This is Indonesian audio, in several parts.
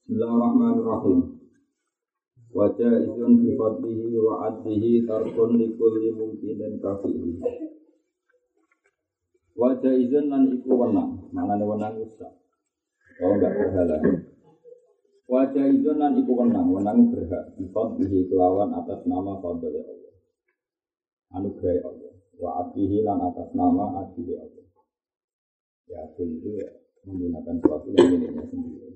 Bismillahirrahmanirrahim. Wa jaizun fi fadlihi wa adlihi tarkun likulli mumkinin kafihi. Wa jaizun lan iku wenang, manane wenang usah. Oh enggak berhala. Wa jaizun lan iku wenang berhak fi fadlihi kelawan atas nama fadl Allah. Anugerah Allah. Wa adlihi lan atas nama adil Allah. Ya itu ya menggunakan suatu yang miliknya sendiri.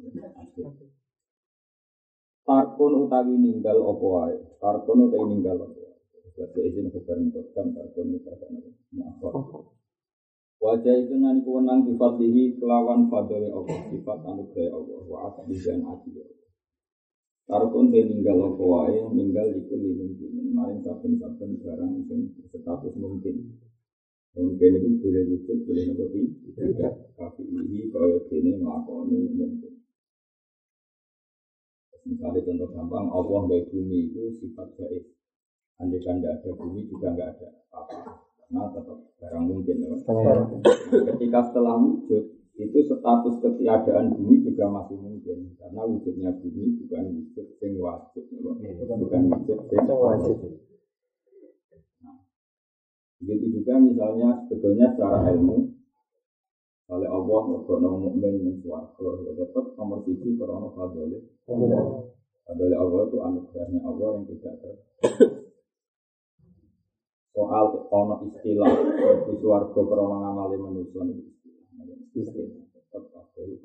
Tarkun utawi ninggal apa wae. Tarkun utawi ninggal apa wae. Bahasa izin kebaring kodam tarkun utawi apa. Wajah itu nanti kewenang sifatihi kelawan fadli Allah, sifat anugerah Allah, wa asli dan adil. Tarkun te ninggal apa wae, ninggal iku mungkin. Maring saben-saben barang sing status mungkin. Mungkin itu boleh wujud, boleh nabi tidak. Tapi ini kaya dene nglakoni mungkin. Misalnya contoh gampang, Allah nggak bumi itu sifat gaib. Andai kan tidak ada bumi juga nggak ada apa. Karena tetap barang mungkin. Ketika setelah wujud, itu status ketiadaan bumi juga masih mungkin. Karena wujudnya bumi bukan wujud yang wajib. Bukan wujud yang wajib. Begitu juga misalnya sebetulnya secara ilmu oleh Allah mergono mukmin yang swarga tetap nomor 1 karena fadhole Allah itu anugerahnya Allah yang tidak soal ono istilah di swarga karena ngamali manusia istilah tetap fadhole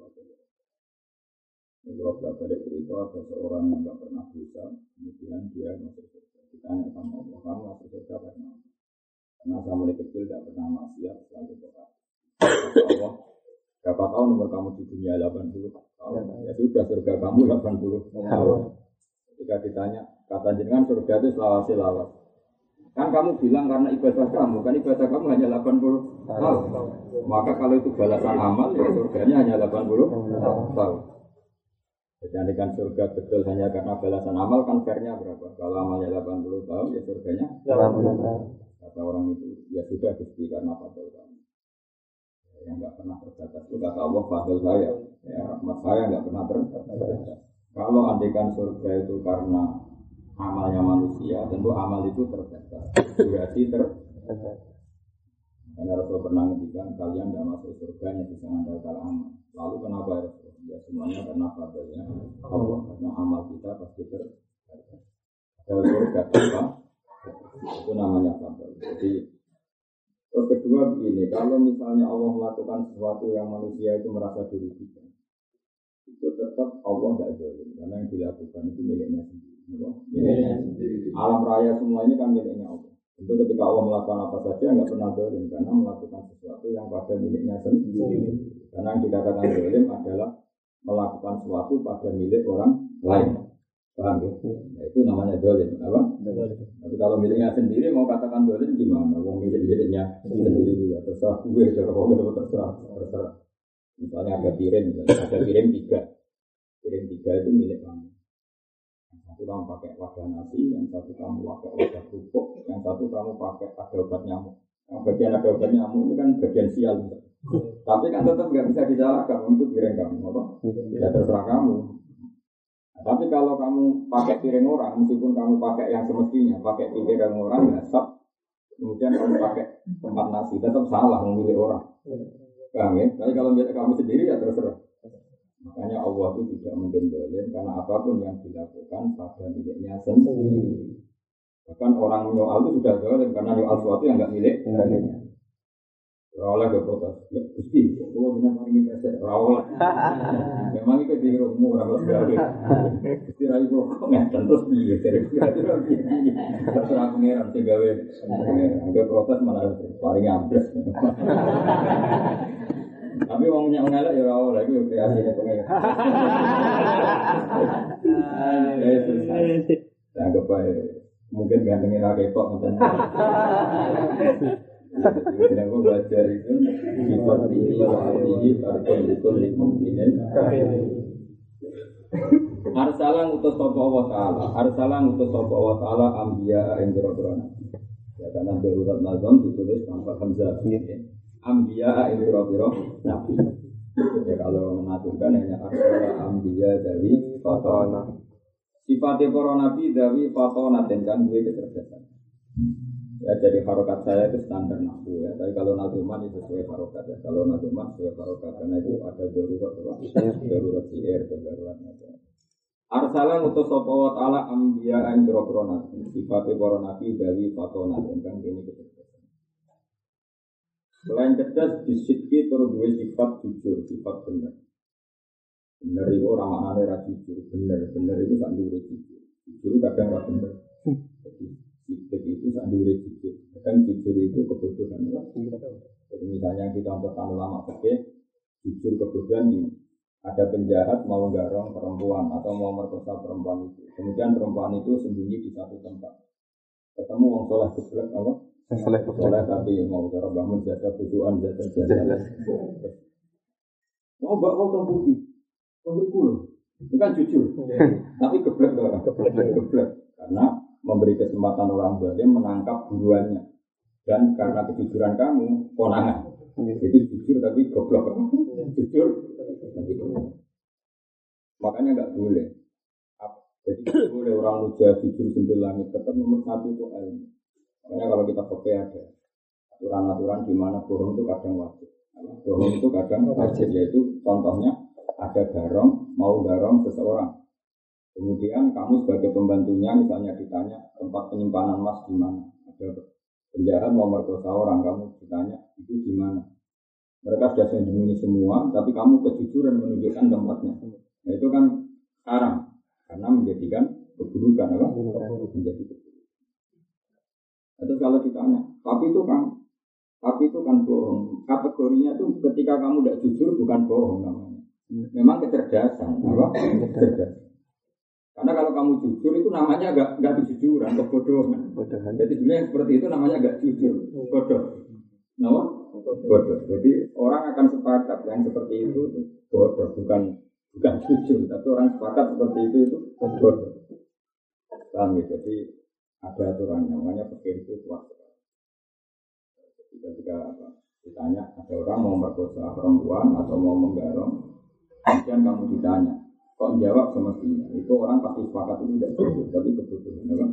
kalau belajar cerita ada seorang yang tidak pernah dosa kemudian dia masuk surga ditanya sama Allah kamu masuk surga karena saya mulai kecil tidak pernah maksiat selalu berdoa. Allah, berapa tahun umur kamu di dunia 80 tahun? Ya sudah surga kamu 80 tahun. Ketika ditanya, kata jenengan surga itu selawat-selawat. Kan kamu bilang karena ibadah kamu, kan ibadah kamu hanya 80 tahun. Maka kalau itu balasan amal, ya surganya hanya 80 tahun. Jadi kan surga betul hanya karena balasan amal, kan fairnya berapa? Kalau amalnya 80 tahun, ya surganya 80 tahun. Kata orang itu, ya sudah Gusti karena fadl kamu. Yang enggak pernah terbatas itu kata Allah fadl saya. Ya rahmat saya enggak pernah terbatas. Kalau andaikan surga itu karena amalnya manusia, tentu amal itu terbatas. Durasi terbatas. Karena Rasul pernah ngendikan kalian tidak masuk surga yang bisa mengandalkan amal. Lalu kenapa ya Rasul? Ya semuanya karena fadlnya Allah. Karena amal kita pasti terbatas. Kalau surga apa? Itu namanya fadl. Jadi terus kedua begini, kalau misalnya Allah melakukan sesuatu yang manusia itu merasa dirugikan, itu tetap Allah tidak zalim karena yang dilakukan itu miliknya sendiri. Miliknya sendiri. Alam raya semua ini kan miliknya Allah. Itu ketika Allah melakukan apa saja nggak pernah zalim karena melakukan sesuatu yang pada miliknya sendiri. Karena yang dikatakan zalim adalah melakukan sesuatu pada milik orang lain. Paham ya? Nah, itu namanya zalim, apa? Tapi kalau miliknya sendiri mau katakan zalim gimana? Wong miliknya sendiri ya terserah gue, terserah. Misalnya ada piring 3 itu milik kamu. Yang satu kamu pakai wadah nasi, yang satu kamu pakai wadah kerupuk, yang satu kamu pakai ada obat nyamuk. Yang bagian ada obat nyamuk ini kan bagian sial. Tapi kan tetap nggak bisa disalahkan untuk piring kamu, apa? Ya terserah kamu. Tapi kalau kamu pakai piring orang, meskipun kamu pakai yang semestinya, pakai piring orang, ngasap, kemudian kamu pakai tempat nasi, tetap salah memilih orang. Paham ya? Tapi kalau milik kamu sendiri ya terserah. Makanya Allah itu tidak mungkin zalim karena apapun yang dilakukan pada miliknya sendiri. Bahkan orang menyoal itu sudah zalim karena nyoal sesuatu yang nggak miliknya. Rawlah gak protes, ya Gusti, kalau benar ini pesek rawlah. Memang itu di rumah orang berarti. Gusti rai kok ngeten terus piye terserah pengiran sing gawe. Agak protes malah paling ambles. Tapi wong ngelak ya rawlah iku kreasine pengiran. Anggap ae mungkin gantengin rakyat kok ngoten. Kenapa belajar itu sifat ini tarikul mukminin. Arsalan utus sapa Allah taala. Arsalan utus sapa Allah taala anbiya ing boro-boro nabi. Ya karena darurat nazam ditulis tanpa hamzah. Anbiya ing boro-boro nabi. Ya kalau mengaturkan hanya arsala ambiya dari fatona. Sifatnya para nabi dari fatona dan kan gue kecerdasan. Ya jadi harokat saya itu standar nafsu ya. Tapi kalau nazuman itu sesuai harokat ya. Kalau nazuman sesuai harokat karena itu ada darurat apa? Darurat siir dan darurat nazuman. Arsala ngutus sapa wa ta'ala ambiya ing boro nabi. Sifatnya para nabi dari fatona dan kan ini kecerdasan. Selain cerdas, disidki terus dua sifat jujur, sifat benar. Benar itu orang maknanya ra jujur, benar itu sandure jujur. Jujur kadang ra benar. Jadi sifat itu sandure jujur. Kadang jujur itu kebodohan. Jadi misalnya kita contohkan ulama fikih, jujur kebodohan ini. Ada penjahat mau garong perempuan atau mau merkosa perempuan itu. Kemudian perempuan itu sembunyi di satu tempat. Ketemu wong soleh keblek apa? Soleh tapi mau cara bangun jasa tujuan jasa. Mau mbak mau tong putih loh. Itu kan jujur. Tapi geblek orang, geblek. Karena memberi kesempatan orang zalim menangkap buruannya. Dan karena kejujuran kamu, konangan. Jadi jujur tapi goblok. Jujur tapi goblok. Makanya enggak boleh. Jadi tidak boleh orang muja jujur sambil langit. Tetap nomor satu itu ilmu. Makanya kalau kita pakai ada aturan-aturan di mana bohong itu kadang wajib. Bohong itu kadang wajib, yaitu contohnya ada mau garong seseorang. Kemudian kamu sebagai pembantunya misalnya ditanya tempat penyimpanan emas di mana. Ada penjahat mau merkosa orang, kamu ditanya itu di mana. Mereka sudah sembunyi semua, tapi kamu kejujuran menunjukkan tempatnya. Nah, itu kan haram karena menjadikan keburukan apa? Menjadi keburukan. Terus kalau ditanya, tapi itu kan bohong. Kategorinya itu ketika kamu tidak jujur bukan bohong namanya. Memang kecerdasan, apa? Kecerdasan. Karena kalau kamu jujur itu namanya nggak kejujuran, kebodohan. Jadi sebenarnya seperti itu namanya nggak jujur, bodoh. Nama? Bodoh. Jadi orang akan sepakat yang seperti itu bodoh, bukan jujur, tapi orang sepakat seperti itu bodoh. Paham ya? Jadi ada aturannya, makanya pikir itu kuat. Ketika ditanya, ada orang mau merkosa perempuan atau mau menggarong, kemudian kamu ditanya, kok jawab semestinya? Itu orang pasti sepakat itu tidak jujur, tapi kebodohan.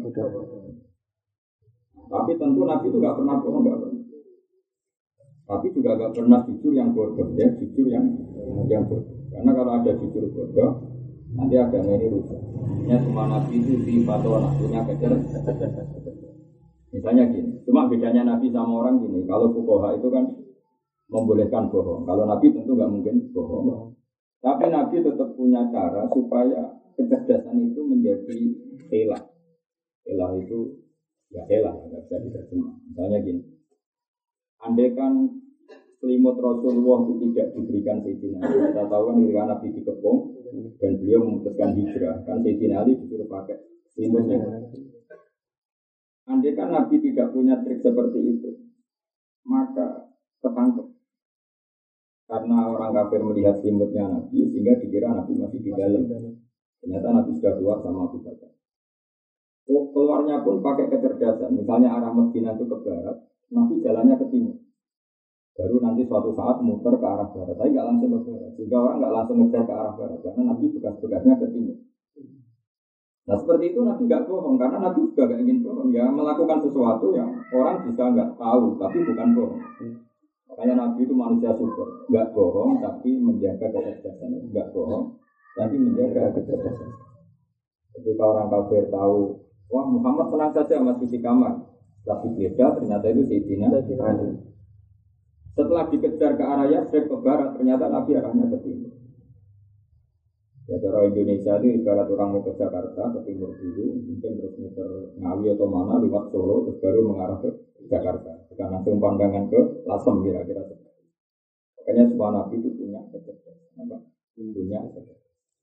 Tapi tentu Nabi itu nggak pernah bohong, nggak pernah. Tapi juga nggak pernah jujur yang bodoh, ya jujur yang bodoh. Karena kalau ada jujur bodoh, nanti agama ini rusak. Ya semua nabi itu di fatwa punya kecerdasan. Misalnya gini, cuma bedanya nabi sama orang gini. Kalau fuqaha itu kan membolehkan bohong. Kalau nabi tentu nggak mungkin bohong. Tapi nabi tetap punya cara supaya kecerdasan itu menjadi elah. Elah itu ya elah, nggak bisa diterjemah. Misalnya gini, andai kan selimut Rasulullah itu tidak diberikan Sayyidina Ali. Kita tahu kan ketika Nabi dikepung dan beliau memutuskan hijrah, kan Sayyidina Ali disuruh pakai selimutnya. Andai kan Nabi tidak punya trik seperti itu, maka ketangkep. Karena orang kafir melihat selimutnya Nabi, sehingga dikira Nabi masih di dalam. Ternyata Nabi sudah keluar sama Abu Bakar. Keluarnya pun pakai kecerdasan. Misalnya arah Madinah itu ke barat, Nabi jalannya ke timur. Baru nanti suatu saat muter ke arah barat, tapi nggak langsung ke barat. Sehingga orang nggak langsung ngejar ke arah barat, karena Nabi bekas-bekasnya ke timur. Nah seperti itu Nabi nggak bohong, karena Nabi juga nggak ingin bohong. Ya melakukan sesuatu yang orang bisa nggak tahu, tapi bukan bohong. Makanya Nabi itu manusia super, nggak bohong, tapi menjaga kecerdasan. Nggak bohong, tapi menjaga kecerdasan. Ketika orang kafir tahu, wah Muhammad tenang saja masih di kamar, tapi beda ternyata itu Sayyidina Ali. Setelah dikejar ke arah Yatsrib ke barat, ternyata Nabi arahnya ke timur. Ya cara Indonesia itu ibarat orang mau ke Jakarta, ke timur dulu, mungkin terus muter Ngawi atau mana, lewat Solo, terus baru mengarah ke Jakarta. Bukan langsung pandangan ke Lasem kira-kira seperti itu. Makanya semua Nabi itu punya kecerdasan, punya kecerdasan.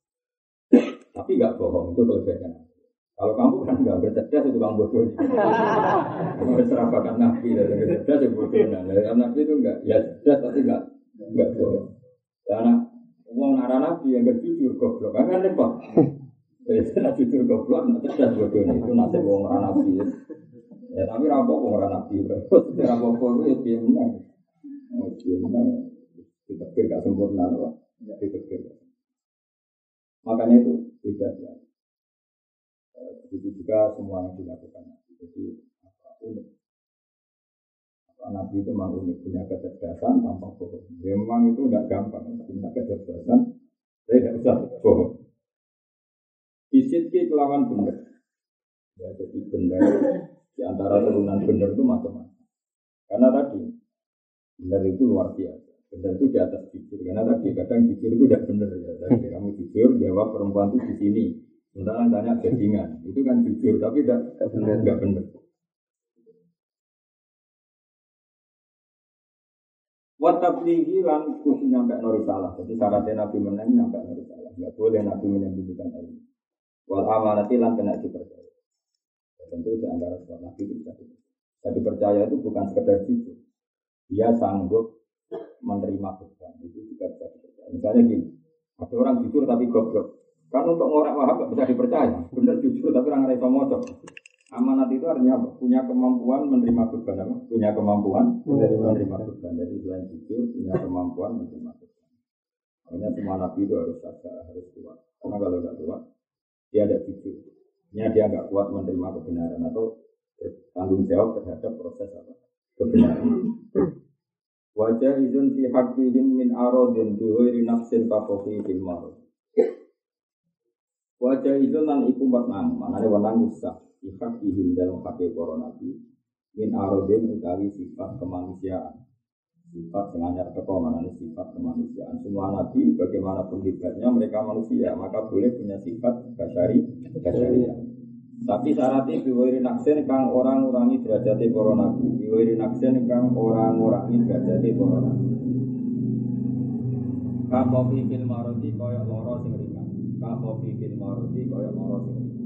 Tapi nggak bohong, itu kelebihannya. Kalau kamu kan nggak bercerdas itu kamu bodoh. Kamu serapakan Nabi dan cerdas itu bodoh. Nah, Nabi itu enggak, ya cerdas tapi enggak bodoh. Karena uang arah Nabi yang berjujur goblok kan repot. Jadi nak jujur goblok, nak cerdas bodoh itu nasib uang arah Nabi. Ya tapi rampok uang arah Nabi. Rampok itu ya dia menang. Dia menang. Ditekir gak sempurna, Pak. Ditekir. Makanya itu beda ya. Begitu juga semua yang dilakukan Nabi. Jadi unik. Nabi itu memang unik, punya kecerdasan tanpa bohong. Memang itu tidak gampang, punya kecerdasan, saya tidak usah bohong. Isit kelawan benar. Ya, jadi benar di antara turunan benar itu macam-macam. Karena tadi benar itu luar biasa. Benar itu di atas jujur. Karena tadi kadang jujur itu tidak benar ya. Tadi kamu jujur, jawab perempuan itu di sini. Sementara tanya jadinya, itu kan jujur, tapi tidak benar. Watablihi lan kudu nyampe norisalah. Jadi syaratnya Nabi menang nyampe norisalah. Tidak boleh Nabi menyembunyikan ilmu. Wal amanati lan kena dipercaya. Ya, tentu di antara sebab Nabi itu bisa dipercaya itu bukan sekedar jujur. Dia sanggup menerima beban. Itu juga bisa dipercaya. Misalnya gini, ada orang jujur tapi goblok. Kan untuk orang wahab tidak bisa dipercaya. Benar jujur tapi orang rasa mocok. Amanat itu artinya apa? Punya kemampuan menerima beban apa? Punya kemampuan menerima beban. Jadi selain jujur, punya kemampuan menerima beban. Makanya semua nabi itu harus kuat. Karena kalau tidak kuat, dia ada jujur. Dia nggak kuat menerima kebenaran atau tanggung jawab terhadap proses apa? Kebenaran. Wajah izin fi haqqihim min aradin bi ghairi nafsin kafafi fil marad. Wajah izin lan iku menang, manane wenang usah. Sifat dihim dalam pakai para nabi min arodin utawi sifat kemanusiaan, sifat sengaja teko manane sifat kemanusiaan. Semua nabi bagaimanapun hebatnya mereka manusia, maka boleh punya sifat basyariah. Tapi syaratnya biwiri naksen kang orang ngurangi derajatnya para nabi, biwiri naksen kang orang ngurangi derajatnya para nabi. Kakofi fil marodi koyok loro sing ringan, kakofi fil marodi koyok loro sing ringan.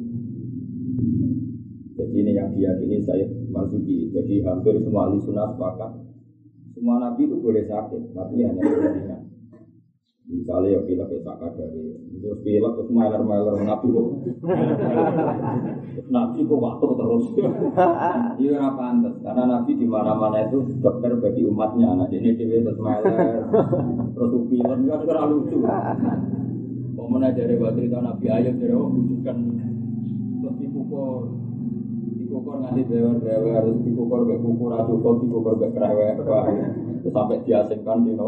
Jadi ini yang diyakini Sayyid Marzuki. Jadi hampir semua ahli sunnah sepakat semua nabi itu boleh sakit, tapi hanya ringan. Misalnya ya pilek ya sakit dari terus pilek terus meler nabi kok waktu terus. Iya apa pantas karena nabi di mana-mana itu dokter bagi umatnya. Nah ini dia terus meler terus pilek kan terlalu lucu. Mau menajari waktu itu nabi Ayub dari bukan terus dikukur nanti dewer harus dikukur kukur cukup dikukur kerewek terus sampai diasingkan di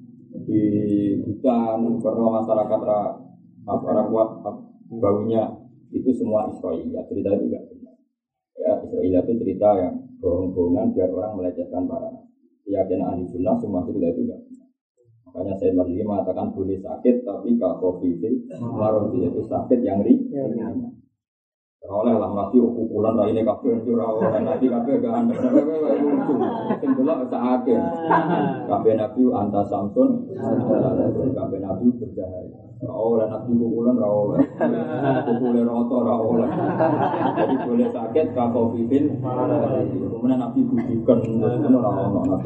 hutan karena masyarakat orang kuat baunya itu semua Israel. Cerita itu enggak benar. Ya Israel itu cerita yang bohong-bohongan biar orang melecehkan para keyakinan ahli sunnah. Semua cerita itu enggak benar. Makanya saya Marzuki mengatakan boleh sakit tapi kalau covid itu sakit yang ringan. Oleh lah nabi ukuran rai ini kafe jurau nabi kafe gak anda lucu sembelak sakit kafe nabi anta samsun kafe nabi berjaya oleh nabi ukuran rawol ukuran roto rawol jadi boleh sakit kalau fifin kemudian nabi bujukan kemudian rawol nabi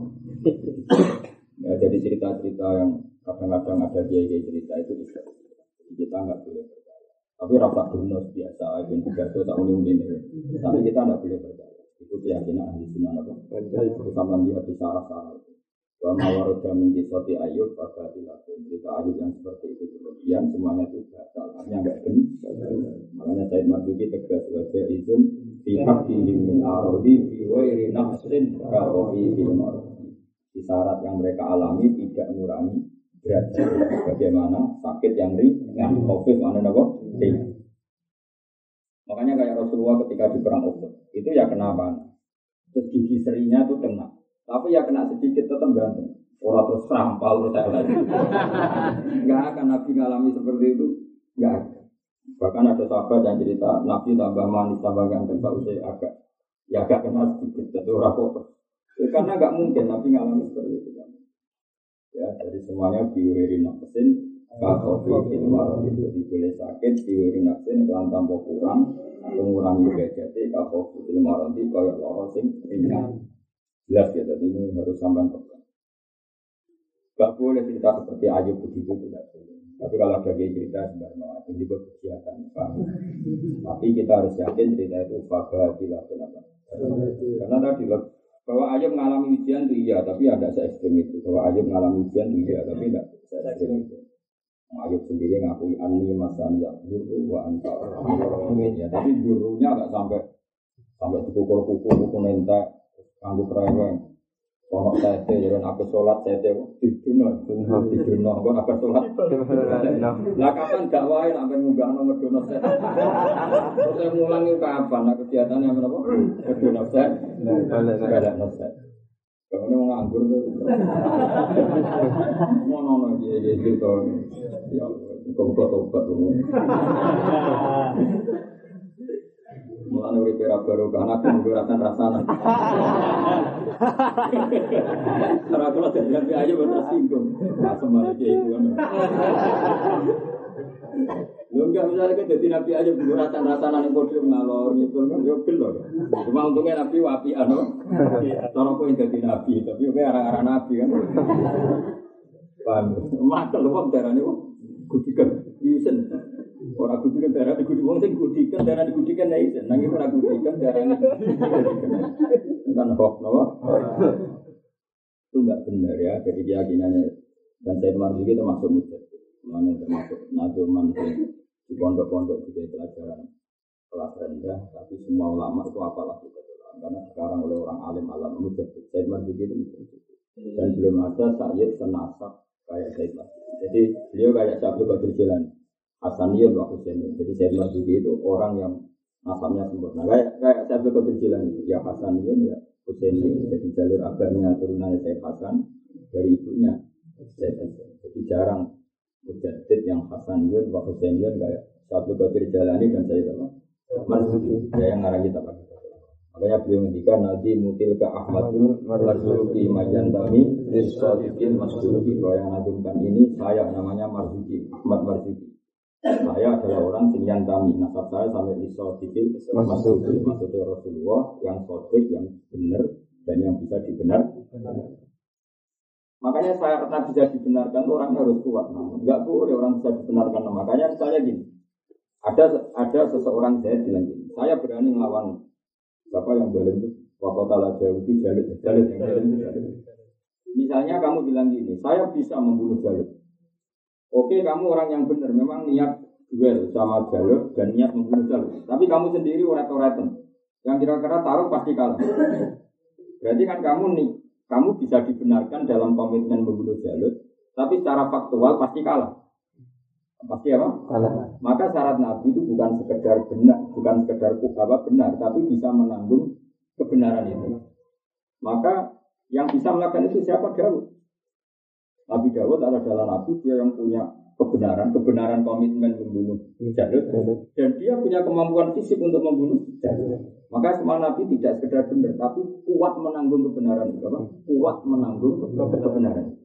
ya jadi cerita-cerita yang kadang-kadang ada dia cerita itu kita nggak boleh. Tapi rapat bonus biasa, dan juga itu tak unik ini. Tapi kita tidak boleh percaya. Itu keyakinan ahli sunnah apa? Bersama dia di sarah-sarah itu. Bahwa mawaroda minggi soti ayub pada dilakukan cerita ayub yang seperti itu berlebihan semuanya itu batal. Artinya enggak benar. Makanya Sayyid Marzuki tegas wajah izin pihak dihimin arodi biwairi nafsin karofi ilmarodi. Di syarat yang mereka alami tidak mengurangi derajat. Bagaimana sakit yang ringan, covid mana nabo? Makanya kayak Rasulullah ketika di perang Uhud itu ya kenapa? Terus gigi serinya itu kena, tapi ya kena sedikit tetap ganteng. Orang terus rampal terus lagi. Enggak akan Nabi ngalami seperti itu, enggak. Bahkan ada sahabat yang cerita Nabi tambah manis tambah ganteng, tak usah agak kena sedikit. Jadi orang kok karena enggak mungkin Nabi ngalami seperti itu kan. Ya jadi semuanya biwiri nafsin. Kalau film itu boleh sakit, diwiri nafsin kelan tanpa kurang atau mengurangi derajatnya. Kalau film itu kayak loro sing ringan. Jelas ya, jadi ini harus sampai pegang. Gak boleh cerita seperti Ayub begitu tidak boleh. Tapi kalau ada cerita sebenarnya itu juga kegiatan. Tapi kita harus yakin cerita itu fakta tidak benar. Karena tadi Bahwa Ayub mengalami ujian itu iya, tapi ada se-ekstrim itu. Bahwa Ayub mengalami ujian itu iya, tapi tidak se-ekstrim itu. Ayub sendiri ngakui anni masani yaqulu wa anta arhamur ya, tapi gurunya enggak sampai dipukul-pukul nentek, nganggo preweng. Ono tete jadi aku sholat tete diduno kok apa sholat. Lah kapan gak wae sampai munggah nomor dono set. Terus mulang itu kapan kegiatannya menapa? Dono set. Balik no set. Kalau mau nganggur tuh. Ngono iki to. Ya kok tobat tuh. Mulane urip ora baru kan aku ngrasa-rasane. Karena kalau jadi aja bersinggung, masa malah kayak itu kan? Lu enggak misalnya kan jadi nabi aja rasa-rasaan yang podium ngalor gitu kan? Yo belum. Cuma untungnya nabi wapian, no? Cara kau yang jadi nabi, tapi oke arah-arah nabi kan? Paham? Maka lupa darah ni, gudikan, isen. Orang gudikan darah di gudikan, orang gudikan darah di gudikan isen. Nanti orang gudikan darah ni. Kan hoax, no? Itu enggak benar ya. Jadi keyakinannya dan Said Marzuki termasuk mujtahid, mana termasuk nazuman di pondok-pondok juga pelajaran kelas rendah, tapi semua ulama itu apalah kita karena sekarang oleh orang alim alam mujtahid. Said Marzuki itu mujtahid dan belum ada sayyid senasab kayak Said Marzuki. Jadi beliau kayak Syabdu Qadir Jilani, Hasaniyun wa Husainiyun. Jadi Said Marzuki itu orang yang nasabnya sempurna. Kayak Syabdu Qadir Jilani, ya Hasaniyun ya Husainiyun. Jadi jalur abahnya turunannya Said Hasan, dari ibunya Said Hasan. Jadi jarang mujtahid yang Hasaniyun wa Husainiyun kayak Syabdu Qadir Jilani dan Said Marzuki. Ya yang ngarang kita pakai. Makanya beliau ngendikan nanti mutil ke Ahmadun Marzuki Majantami Risadikin Masduki. Bahwa yang nadumkan ini saya namanya Marzuki, Ahmad Marzuki. Saya adalah orang yang yantami, nasab saya sampai Risadikin Masduki. Maksudnya Rasulullah yang sodik, yang benar dan yang bisa dibenar. Makanya saya pernah bisa dibenarkan orangnya harus kuat. Enggak boleh orang bisa dibenarkan. Makanya misalnya gini, ada seseorang saya bilang gini, saya berani melawan siapa yang boleh itu waktu tala jauh itu Jalid yang Jalid. Misalnya kamu bilang gini, saya bisa membunuh Jalid. Oke, kamu orang yang benar, memang niat duel sama Jalid dan niat membunuh Jalid. Tapi kamu sendiri oret-oretan, yang kira-kira taruh pasti kalah. Berarti kan kamu bisa dibenarkan dalam komitmen membunuh Jalid, tapi secara faktual pasti kalah. Pasti apa? Kalah. Maka syarat Nabi itu bukan sekedar benar, bukan sekedar benar, tapi bisa menanggung kebenaran itu. Maka yang bisa melakukan itu siapa? Daud. Nabi Daud adalah Nabi dia yang punya kebenaran komitmen membunuh Jalud, dan dia punya kemampuan fisik untuk membunuh Jalud. Maka semua Nabi tidak sekedar benar, tapi kuat menanggung kebenaran itu. Apa? Kuat menanggung kebenaran.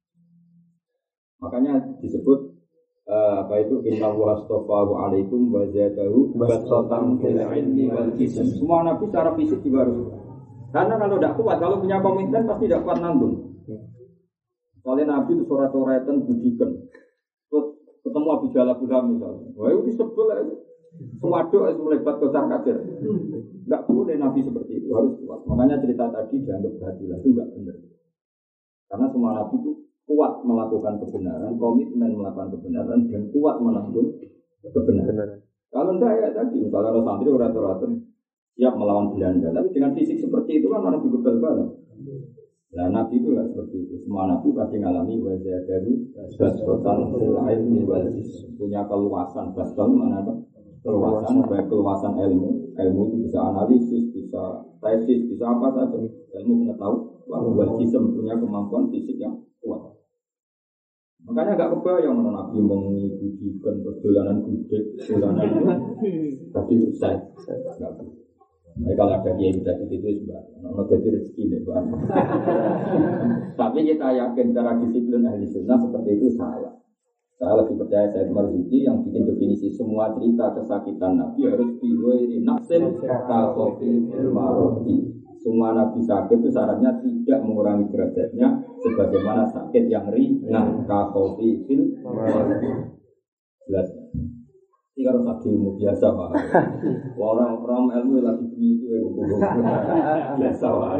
Makanya disebut inna wa astaghfaru alaikum wa zadahu basatan fil ilmi wal jism. Semua nabi secara fisik juga harus. Karena kalau tidak kuat, kalau punya komitmen pasti tidak kuat nanggung. Soalnya nabi itu sorat-soratan budikan. Terus ketemu Abu Jalal misalnya. Wah itu disebut sewaduk itu melebat kocar kacir. Tidak boleh nabi seperti itu, harus kuat. Makanya cerita tadi dianggap hatilah itu tidak benar. Karena semua nabi itu kuat melakukan kebenaran, komitmen melakukan kebenaran, dan kuat menanggung kebenaran. Kalau tidak ya tadi, misalnya ada santri orator-orator siap melawan Belanda, tapi dengan fisik seperti itu kan orang juga bal-balan. Nah Nabi itu nggak seperti itu. Semua Nabi pasti ngalami wajah dari basdotan lain di wajah punya keluasan basdol mana apa? Keluasan, baik keluasan ilmu itu bisa analisis, bisa tesis, bisa apa saja. Ilmu pengetahuan, wajah punya kemampuan fisik yang kuat. Makanya agak kebayang mana Nabi mengikuti terus dolanan gudeg, dolanan tapi susah. Nah, kalau ada dia bisa itu sebab jadi rezeki deh, Pak. Tapi kita yakin cara disiplin ahli sunnah seperti itu salah. Saya lebih percaya Said Marzuki yang bikin definisi semua cerita kesakitan Nabi harus diwiri nafsin kasofi maroti. Semua Nabi sakit itu syaratnya tidak mengurangi derajatnya sebagaimana sakit yang ringan kasofi fil jelas. Jadi ikhtiar tadi biasa Pak. Orang ilmu lagi begitu biasa Pak.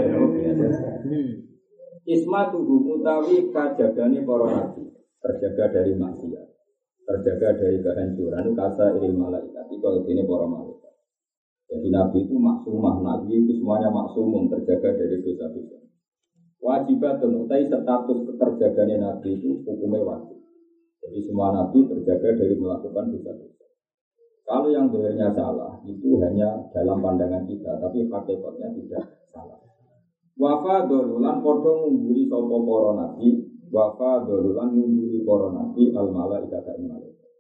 Isma tubuh mutawi kajagane para nabi, terjaga dari maksiat, terjaga dari kehancuran kasa ilmu malaikat. Kalau ini para malaikat. Jadi nabi itu maksumah, nabi itu semuanya maksumum, terjaga dari dosa-dosa. Wajibatun utai status keterjagaannya nabi itu hukumnya wajib. Jadi semua nabi terjaga dari melakukan dosa-dosa. Kalau yang doanya salah itu hanya dalam pandangan kita, tapi hakikatnya tidak salah. Wafa dolulan podong mengguri sopo poro nabi, wafa dolulan mengguri poro nabi al malaikat al malaikat.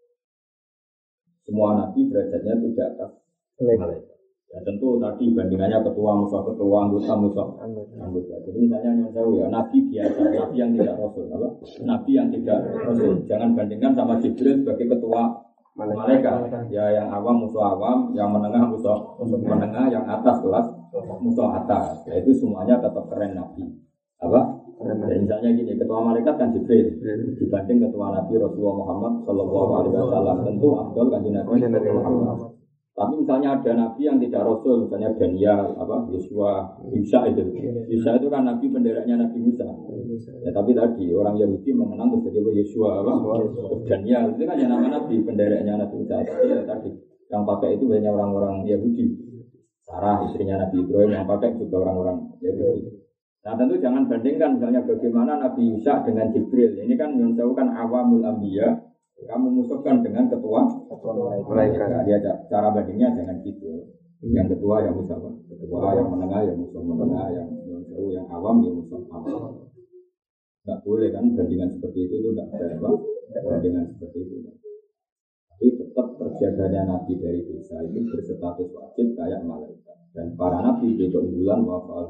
Semua nabi derajatnya tidak atas malaikat. Ya tentu tadi bandingannya ketua anggota. Jadi misalnya yang tahu ya nabi biasa, nabi yang tidak rasul, apa? Nabi yang tidak rasul. Jangan bandingkan sama Jibril sebagai ketua malaikat. Ya yang awam musuh awam, yang menengah musuh menengah, yang atas kelas musuh atas. Ya itu semuanya tetap keren nabi. Apa? Dan misalnya gini, ketua malaikat kan Jibril dibanding ketua nabi Rasulullah Muhammad Sallallahu Alaihi Wasallam, tentu Abdul kan Nabi Muhammad. Tapi misalnya ada nabi yang tidak rasul, misalnya Daniel, Yosua, Isa itu. Isa itu kan nabi penderanya Nabi Musa. Ya tapi tadi orang Yahudi mengenang menjadi Yosua, Daniel itu kan yang nama nabi penderanya Nabi Musa. Tapi ya tadi yang pakai itu hanya orang-orang Yahudi. Sarah istrinya Nabi Ibrahim yang pakai juga orang-orang Yahudi. Nah tentu jangan bandingkan misalnya bagaimana Nabi Isa dengan Jibril. Ini kan yang tahu kan awamul anbiya. Kamu musuhkan dengan ketua malaikat. Dia cara bandingnya jangan gitu. Yang ketua yang musuh, ketua yang menengah yang musuh menengah, yang jauh yang awam yang musuh awam. Tidak boleh kan bandingan seperti itu tidak fair, bandingan seperti itu. Tapi tetap terjaganya nabi dari dosa itu berstatus wajib kayak malaikat. Dan para nabi itu keunggulan bahwa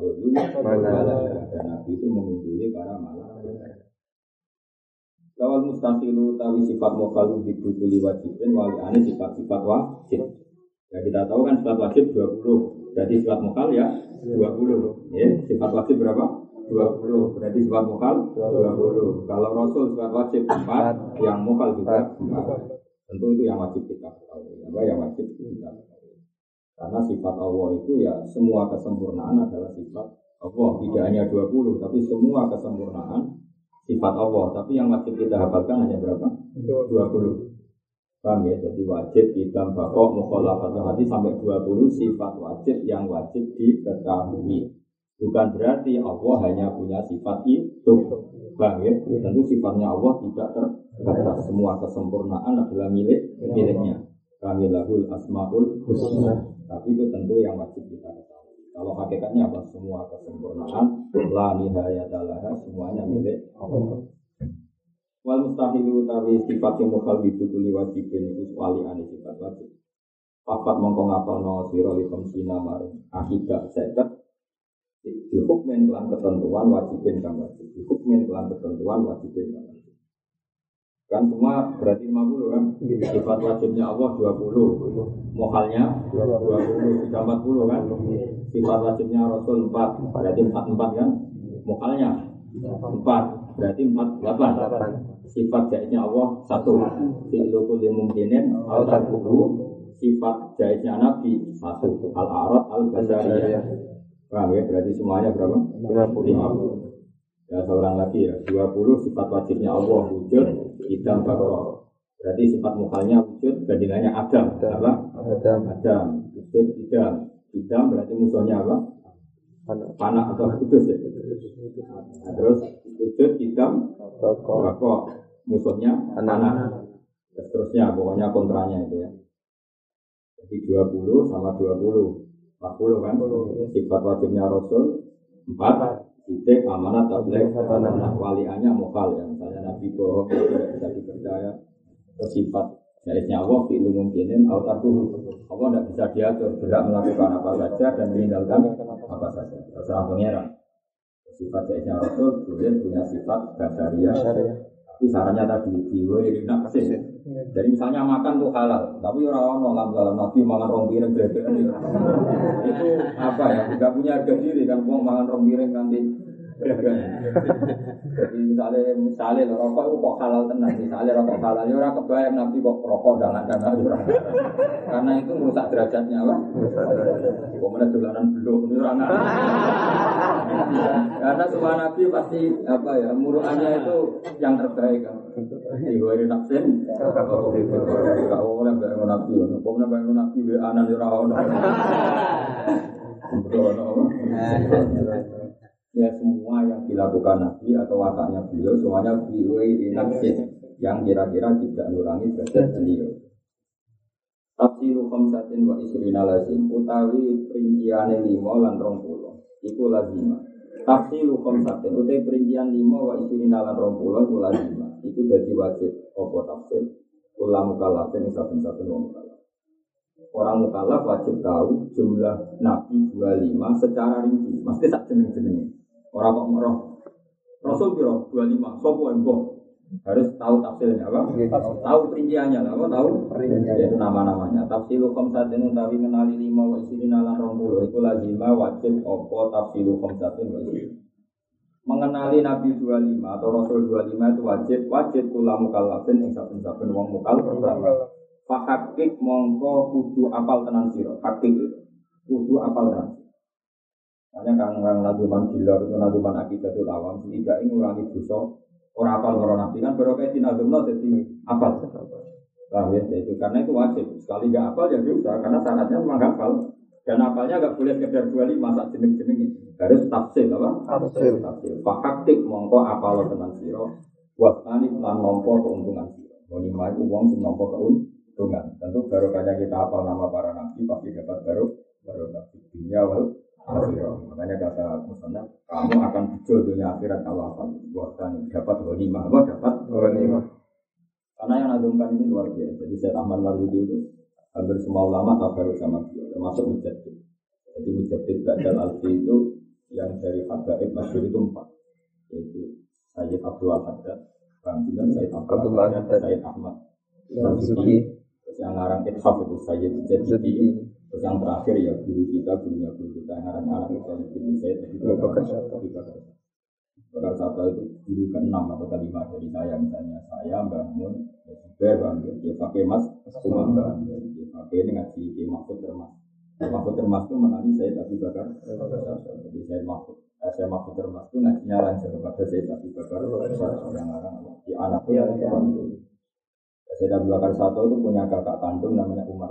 dan nabi itu mengungguli para malaikat. Lawal mustaqilu tawi sifat mukhalu dibutuli wajibin wali ane sifat-sifat wajib. Ya kita tahu kan sifat wajib 20. Berarti sifat mukhal ya 20. Ya, sifat wajib berapa? 20. Berarti sifat mukhal 20. Kalau Rasul sifat wajib 4, yang mukhal juga 4. Tentu itu yang wajib kita tahu. Apa yang wajib kita tahu. Karena sifat Allah itu ya semua kesempurnaan adalah sifat Allah. Tidak hanya 20, tapi semua kesempurnaan sifat Allah, tapi yang wajib kita hafalkan hanya berapa? 20. Paham ya? Jadi wajib kita bakok mukhalafatul hati sampai 20 sifat wajib yang wajib diketahui. Bukan berarti Allah hanya punya sifat itu. Paham ya? Tentu sifatnya Allah tidak terbatas. Semua kesempurnaan adalah miliknya. Kamilahul asmaul husna. Tapi itu tentu yang wajib kita ketahui. Kalau hakikatnya apa? Semua kesempurnaan la nihayata laha, semuanya milik Allah. Wal mustahilu tawi sifat yang mukhal dibutuli wajibin itu wali ane sifat wajib. Papat mongko ngapalno sira li khamsina maring akibat seket dihukmen kelan ketentuan wajibin kang wajib. Dihukmen kelan ketentuan wajibin kang wajib. Kan semua berarti 50 kan? Sifat wajibnya Allah 20, mukhalnya 20, 40 kan? Sifat wajibnya Rasul 4, berarti 44 kan? Mukhalnya 4, berarti 48. Sifat jaiznya Allah 1, fi'lukul limumkinin al-tarkuhu. Sifat jaiznya Nabi 1, al-a'rad al-basariyah. Paham ya? Berarti semuanya berapa? 50. Ya seorang lagi ya, 20 sifat wajibnya Allah wujud, idam bakor. Berarti sifat mukhalnya wujud, bandingannya Adam. Apa? Adam. Wujud idam berarti musuhnya apa? Panak atau kudus ya. Nah, terus wujud idam bakor. Musuhnya panak. Seterusnya pokoknya kontranya itu ya. Jadi 20 sama 20 40 kan? Sifat wajibnya Rasul 4. Titik amanat tabligh waliannya mukhal ya, misalnya Nabi bohong tidak bisa dipercaya. Sifat jaiznya Allah fi'lu mungkinin autarduhu. Allah tidak bisa diatur, berhak melakukan apa saja dan meninggalkan apa saja, terserah pangeran. Sifat jaiznya Rasul boleh punya sifat basariyah, tapi sarannya tadi diwiri nak kasih Jadi misalnya makan tuh halal, tapi orang dalam Nabi makan rong piring gede itu apa ya? Tidak punya harga diri kan, mau makan rong piring nanti. Jadi misalnya rokok itu kok halal tenang, misalnya rokok halal, ya orang kebayang Nabi kok rokok jangan karena itu merusak derajatnya lah. Kemudian dolanan belum orang. Karena semua Nabi pasti apa ya, muruannya itu yang terbaik kan. Iwari nafsin, kalau oleh bayang Nabi, kemudian bayang Nabi anan yurawon. Ya semua yang dilakukan Nabi atau wataknya beliau semuanya biwai nafsin yang kira-kira tidak mengurangi derajat beliau. Tafsiru khamsatin wa isrina lazim utawi perinciane 5 lan 20 iku lazimah. Tafsiru khamsatin utawi perincian 5 wa isrina lan 20 iku lazimah. Iku dadi wajib apa tafsir kula mukallafin saben-saben wong mukallaf. Orang mukallaf wajib tahu jumlah nabi 25 secara rinci, mesti sak jeneng-jenenge. Ora kok meroh. Rasul piro 25, sapa mbok? Harus tahu tafsirnya apa? Tahu perinciannya lah, tahu yaitu nama-namanya. Tafsiru khamsatin utawi menali 5 wa isrina lan 20 iku lazimah wajib apa tafsiru khamsatin wa isrina. Mengenali Nabi 25 atau Rasul 25 itu wajib kula mukallafin ing saben-saben wong mukallaf. Fakakik mongko kudu apal tenan sira. Hakik itu kudu apal tenan. Hanya kang naduman dilar itu naduman akidatul awam tidak ngurangi dosa ora apal karo Nabi kan baru kayak dinadumno dadi apal. Paham ya? Itu karena itu wajib. Sekali enggak apal ya dosa karena syaratnya memang hafal. Dan apalnya enggak boleh sekedar 25 sak jeneng-jeneng itu. Harus tafsir apa? Tafsir. Fakakik mongko apal tenan sira. Wa tani lan nampa keuntungan sira. Lima itu wong sing nampa keuntungan. Tentu barokahnya kita hafal nama para nabi pasti dapat barokah dunia wal akhirat. Makanya kata Musannaf, kamu akan bejo dunia akhirat kalau hafal. Bahkan dapat lima, dapat lima. Karena yang nadumkan ini luar biasa. Jadi saya Ahmad Marzuki itu hampir semua ulama tabaruk sama dia, termasuk Mujaddid. Jadi Mujaddid Ba'dal Alfi itu yang dari Habaib Masyhur itu 4, yaitu Sayyid Abdul Haddad, Sayyid Abdul Haddad, Sayyid Ahmad Marzuki. Yang ngarang Ithaf itu Sayyid Jadidi. Terus yang terakhir ya guru kita yang ngarang anak itu Sayyid Bakar Sato itu guru ke-6 atau ke-5 dari saya. Misalnya saya bangun dia pakai mas Sumambang dia pakai ini ngaji ke Mahfud Termas itu menangi Sayyid Abi Bakar Sato. Jadi saya Mahfud Termas itu ngajinya langsung kepada Sayyid Abi Bakar Sato yang ngarang di anaknya Sayyid Abu Bakar Sato itu punya kakak kandung namanya Umar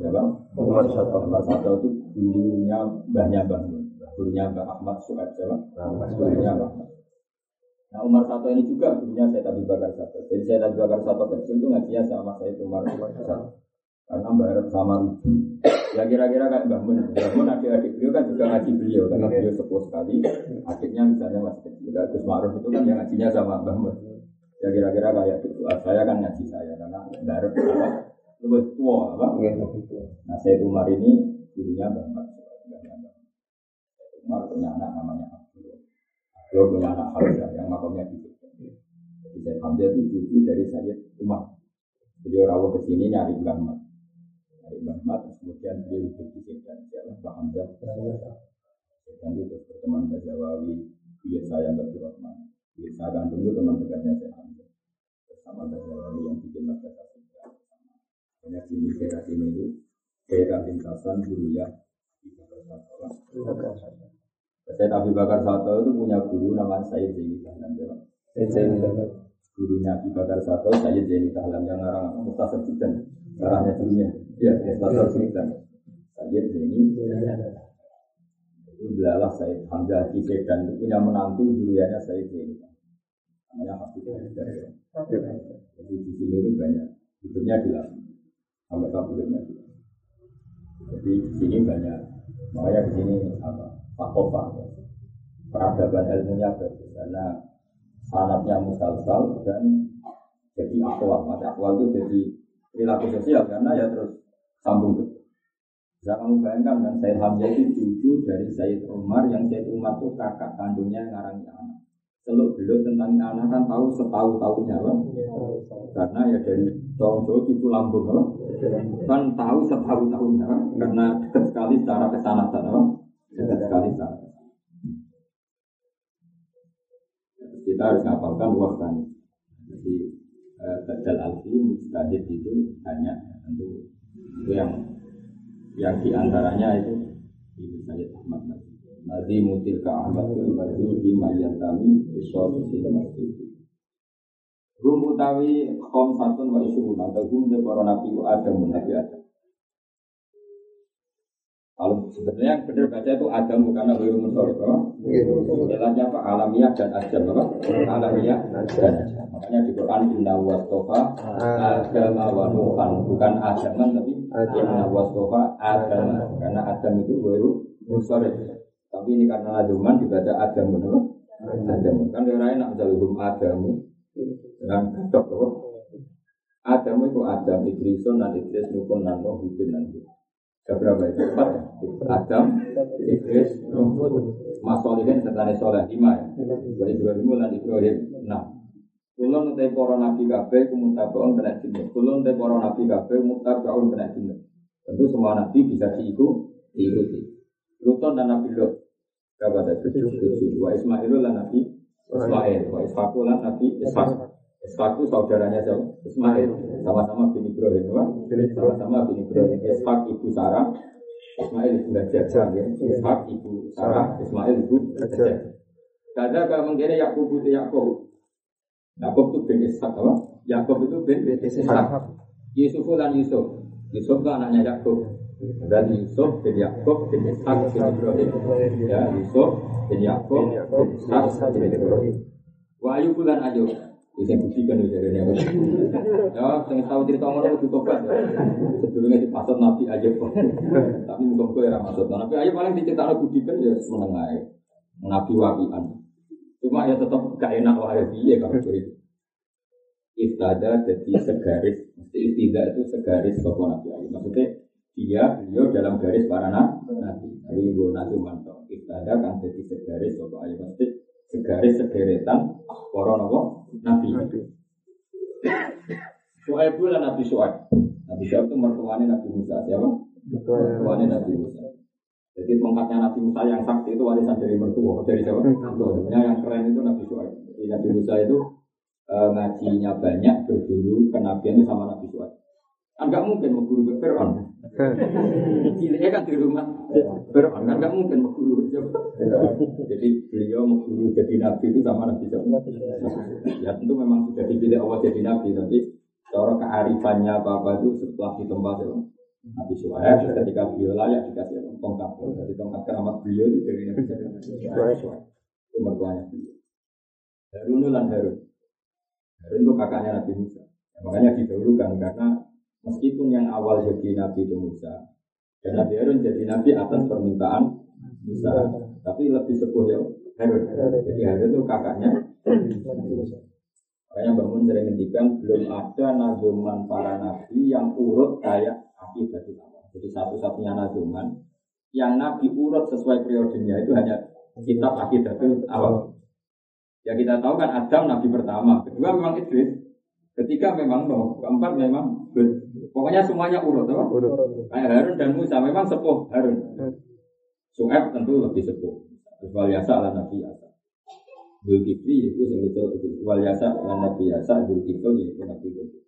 Sato itu gurunya Mbahnya Mbah Ahmad Su'ad gurunya Mbah. Nah Umar Sato ini juga gurunya Sayyid Abu Bakar Sato. Jadi Sayyid Abu Bakar Sato kecil itu ngajinya sama Sayyid Umar Sato. Karena bareng sama Ruju. Ya kira-kira kayak Mbah Mun adik-adik beliau kan juga ngaji beliau karena beliau sepuh sekali. Adiknya misalnya masih kecil. Gus Ma'ruf itu kan yang ngajinya sama Mbah Mun. Ya kira-kira kayak itu. Saya kan ngaji saya karena bareng lebih tua apa? Nah Sayyid Umar ini gurunya Mbah Ahmad. Umar punya anak namanya Abdul. Dia punya anak Hamzah yang makamnya di situ. Jadi Sayyid Hamzah itu cucu dari Sayyid Umar. Jadi orang ke sini nyari Mbah Ahmad. Kemudian dia hidup di Sedan. Mbah Hamzah. Dan itu berteman Mbah Jawawi. Biar saya Mbah Rahman. Biar saya kandung itu teman dekatnya Sayyid Hamzah. Bersama Mbah Jawawi yang bikin madrasah Sedan. Banyak sini daerah sini itu daerah lintasan Duriya di Bakar. Sayyid Abu Bakar Sato itu punya guru namanya Sayyid Zaini Dahlan. Gurunya Abu Bakar Sato Sayyid Zaini Dahlan yang ngarang Mukhtasar Sidan. Ngarangnya gurunya. Ya, Mukhtasar Sidan. Sayyid Zaini Dahlan. Itu adalah Sayyid Hamzah di Sedan itu punya menantu gurunya Sayyid Zaini Dahlan. Namanya Habib Zaini. Jadi di sini itu banyak hidupnya dilatih sampai kabulnya. Jadi di sini banyak. Makanya di sini apa? Fakofa ya. Peradaban ilmunya bagus karena sanadnya musalsal dan jadi akwal. Maka akwal itu jadi perilaku sosial karena ya terus sambung terus. Bisa kamu bayangkan kan Sayyid Hamzah itu cucu dari Sayyid Umar yang Sayyid Umar itu kakak kandungnya yang ngarangnya anak. Seluk beluk tentang anak kan tahu setahu-tahunya apa? Karena ya dari orang Jawa cucu lambung apa? Kan tahu setahu-tahunya apa? Karena dekat sekali secara kesanatan apa? Dekat sekali secara kita harus ngapalkan wahkan. Jadi Badal Alfi Mustahid itu banyak tentu itu yang diantaranya itu Ibu Sayyid Ahmad Nabi Mutil Ka Ahmad Al-Badu di Mayatami Iswati Masjid. Gum utawi kaum satun wa isyurun atau gum de para nabi Adam nabi Adam. Kalau sebenarnya yang benar baca itu Adam bukan Nabi Muhammad. Istilahnya apa? Alamiah dan Adam apa? Alamiah dan Adam. Makanya di Quran Inna wastofa Adam wa Nuhan bukan Adaman tapi Inna wastofa Adam karena Adam itu baru Muhammad. Tapi ini karena Aduman dibaca Adam benar. Adam kan orang enak jalur Adamu dengan gadok apa? Adamu itu Adam Idrison dan Idris Nukun dan Nuh Hudin dan Nuh. Berapa itu? 4 Adam, Idris, Nuh, Masolihin serta Soleh 5 ya. Ibrahim dan Ibrahim 6. Kulon utai para nabi kabeh kumutabaun kena jinah. Kulon utai para nabi kabeh mutabaun kena jinah. Tentu semua nabi bisa diikuti. Luton dan Nabi Lot. Berapa tadi? 7. Wa Ismail dan Nabi Ismail. Wa Ishaq dan Nabi Ishaq. Ishaq itu saudaranya siapa? Ismail. Sama-sama bin Ibrahim. Sama-sama bin Ibrahim. Ishaq ibu Sarah. Ismail ibu Hajar. Ishaq ibu Sarah. Ismail ibu Hajar. Kada kalau mengira Yakub itu Yakub. Yakub itu bin Ishaq apa? Yakub itu bin Ishaq. Yusuf dan Yusuf. Yusuf itu anaknya Yakub. Dan Yusuf bin Yakub bin Ishaq bin Ibrahim. Ya, Yusuf bin Yakub bin Ishaq bin Ibrahim. Wa Ayub lan Ayub. Bisa buktikan ujarane apa. Ya, sing tahu cerita ngono kudu tobat. Sebelumnya dipasut Nabi Ayub. Tapi muga-muga ora maksud. Nabi Ayub paling dicetakno buktikan ya meneng ae. Nabi wapian. Cuma ya tetap gak enak wae piye kalau itu. Istada jadi segaris. Mesti istida itu segaris sapa Nabi Ayub. Maksudnya beliau dalam garis para nabi. Jadi gue nabi mantap. Kita ada kan jadi segaris soal ayat pasti segaris sederetan para nabi. Soal itu lah Nabi Soal. Nabi Soal itu mertuanya Nabi Musa. Siapa? Mertuanya Nabi Musa. Jadi tongkatnya Nabi Musa yang sakti itu warisan dari mertua. Dari siapa? Sebenarnya yang keren itu Nabi Soal. Jadi Nabi Musa itu ngajinya banyak, berguru kenabian itu sama Nabi Soal. Enggak mungkin mengguru ke Fir'aun. Ciliknya kan di rumah Fir'aun, enggak mungkin mengguru. Jadi beliau mengguru jadi nabi itu sama Nabi Sallallahu Alaihi Wasallam. Ya tentu memang sudah dipilih Allah jadi nabi, tapi cara kearifannya apa itu setelah ditembak Nabi Suhaib ketika beliau layak dikasih tongkat. Jadi tongkat keramat beliau itu dari Nabi Sallallahu Alaihi Wasallam. Itu mertuanya beliau. Harun lan Harun. Harun itu kakaknya Nabi Musa. Makanya didahulukan karena meskipun yang awal jadi Nabi itu Musa dan Nabi Harun jadi Nabi atas permintaan Musa, tapi lebih sepuh ya Harun. Jadi Harun itu kakaknya Musa. Makanya bangun sering ngendikan belum ada nazuman para nabi yang urut kayak akidah utama. Jadi satu-satunya nazuman yang nabi urut sesuai periodenya itu hanya kitab akidah awal. Ya kita tahu kan Adam nabi pertama, kedua memang Idris, ketiga memang Nuh, keempat memang pokoknya semuanya urut, apa? Kayak Harun dan Musa memang sepuh Harun. Su'aib tentu lebih sepuh. Wal Yasa ala Nabi Yasa. Dzulkifli itu yang itu Wal Yasa ala Nabi Yasa, Dzulkifli itu Nabi Dzulkifli.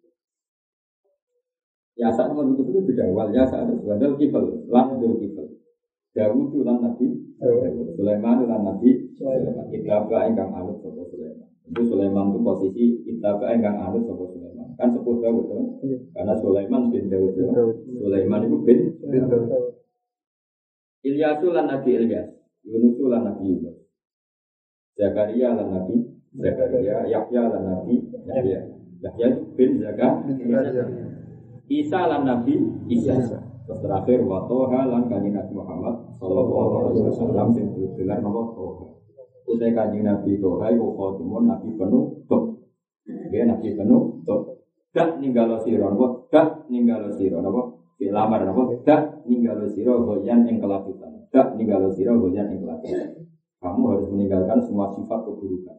Yasa sama Dzulkifli itu beda. Wal Yasa ada Dzulkifli, lan Dzulkifli. Dawud itu lan Nabi Dawud. Sulaiman lan Nabi Sulaiman. Itaba ingkang anut sapa Sulaiman. Itu Sulaiman itu posisi itaba ingkang anut sapa Sulaiman. Kan sepuh Dawud kan? Karena Sulaiman bin Dawud. Sulaiman itu bin Dawud. Ilyasu lan Nabi Ilyas, Yunus lan Nabi Yunus, Zakaria lan Nabi Zakaria, Yahya lan Nabi Yahya, Yahya bin Zakaria, Isa lan Nabi Isa. Terus terakhir Watoha lan Kanjeng Nabi Muhammad Sallallahu Alaihi Wasallam sing gelar nama Toha. Utai Kanjeng Nabi Toha iku khotimon Nabi penuh top. Dia Nabi penuh top. Dak ninggalo sira napa? Dak ninggalo sira napa? Lamar napa? Dak ninggalo sira goyan ing kelakuan. Dak ninggalo sira goyan ing kelakuan. Kamu harus meninggalkan semua sifat keburukan.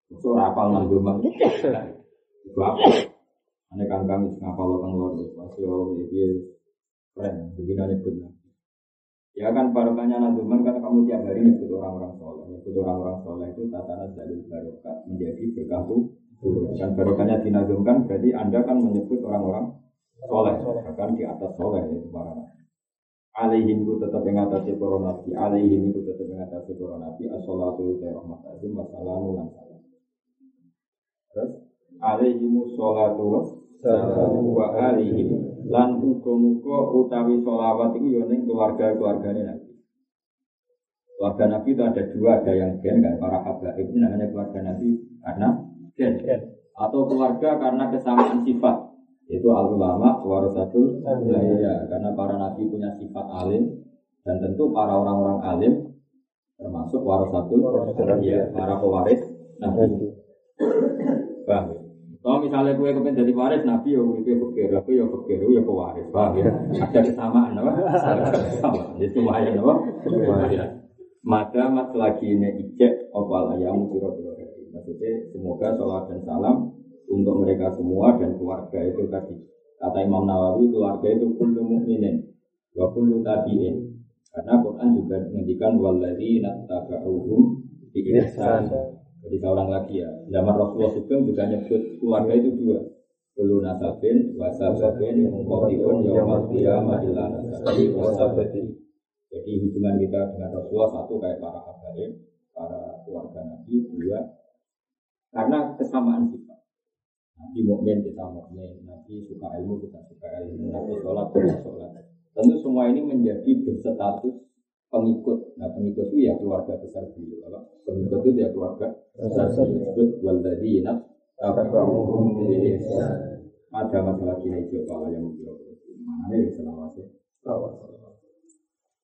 Ora apal nang Demak. Itu apa? Ane kang-kang wis ngapal kang lor masih iki keren begini nyebut. Ya kan barokahnya nazuman kan kamu tiap hari nyebut orang-orang soleh. Nyebut orang-orang soleh itu tatanan jalur barokah menjadi berkah tuh. Dan barokahnya dinazumkan berarti Anda kan menyebut orang-orang soleh, bahkan di atas soleh itu para nabi. Alaihim itu tetap mengatasi para nabi. Alaihim itu tetap mengatasi para nabi. As-salatu wa rahmatullahi wa salamu lan salam. Terus alaihimu sholatu wassalamu wa alaihim lan muga-muga utawi sholawat itu ya ning keluarga-keluargane Nabi. Keluarga Nabi itu ada dua, ada yang gen kan para habaib ini namanya keluarga Nabi karena gen atau keluarga karena kesamaan sifat yaitu al-ulama warasatul anbiya karena para nabi punya sifat alim dan tentu para orang-orang alim termasuk warasatul anbiya para pewaris nabi. Paham ya? Kalau misalnya gue kepengen jadi waris Nabi, ya gue pikir, aku ya pikir, ya pewaris, paham ya? Ada kesamaan, apa? Sama, itu lumayan, apa? Maka mas lagi ini ijek, opal ayam, biro-biro. Maksudnya, semoga salat dan salam untuk mereka semua dan keluarga itu tadi. Kata Imam Nawawi, keluarga itu kullu mu'minin, wa kullu tabi'in. Karena Quran juga menghentikan walladzina taba'uhum bi ihsan. Jadi seorang lagi ya, zaman Rasulullah juga nyebut keluarga itu dua. Kullu nasabin, wasabin, mengkotiun, yawmal qiyamah, illa nasabi, wasabati. Jadi hubungan kita dengan Rasulullah satu kayak para habaib, para keluarga Nabi, dua. Karena kesamaan sifat. Nabi mukmin kita mukmin, Nabi suka ilmu kita suka ilmu, Nabi sholat kita sholat. Tentu semua ini menjadi berstatus pengikut. Nah pengikut itu ya keluarga besar beliau. Pengikut itu ya keluarga besar disebut walladzina tabauhum bi ihsan. Ada masalah kini coba yang menjawab. Mana ini selawase?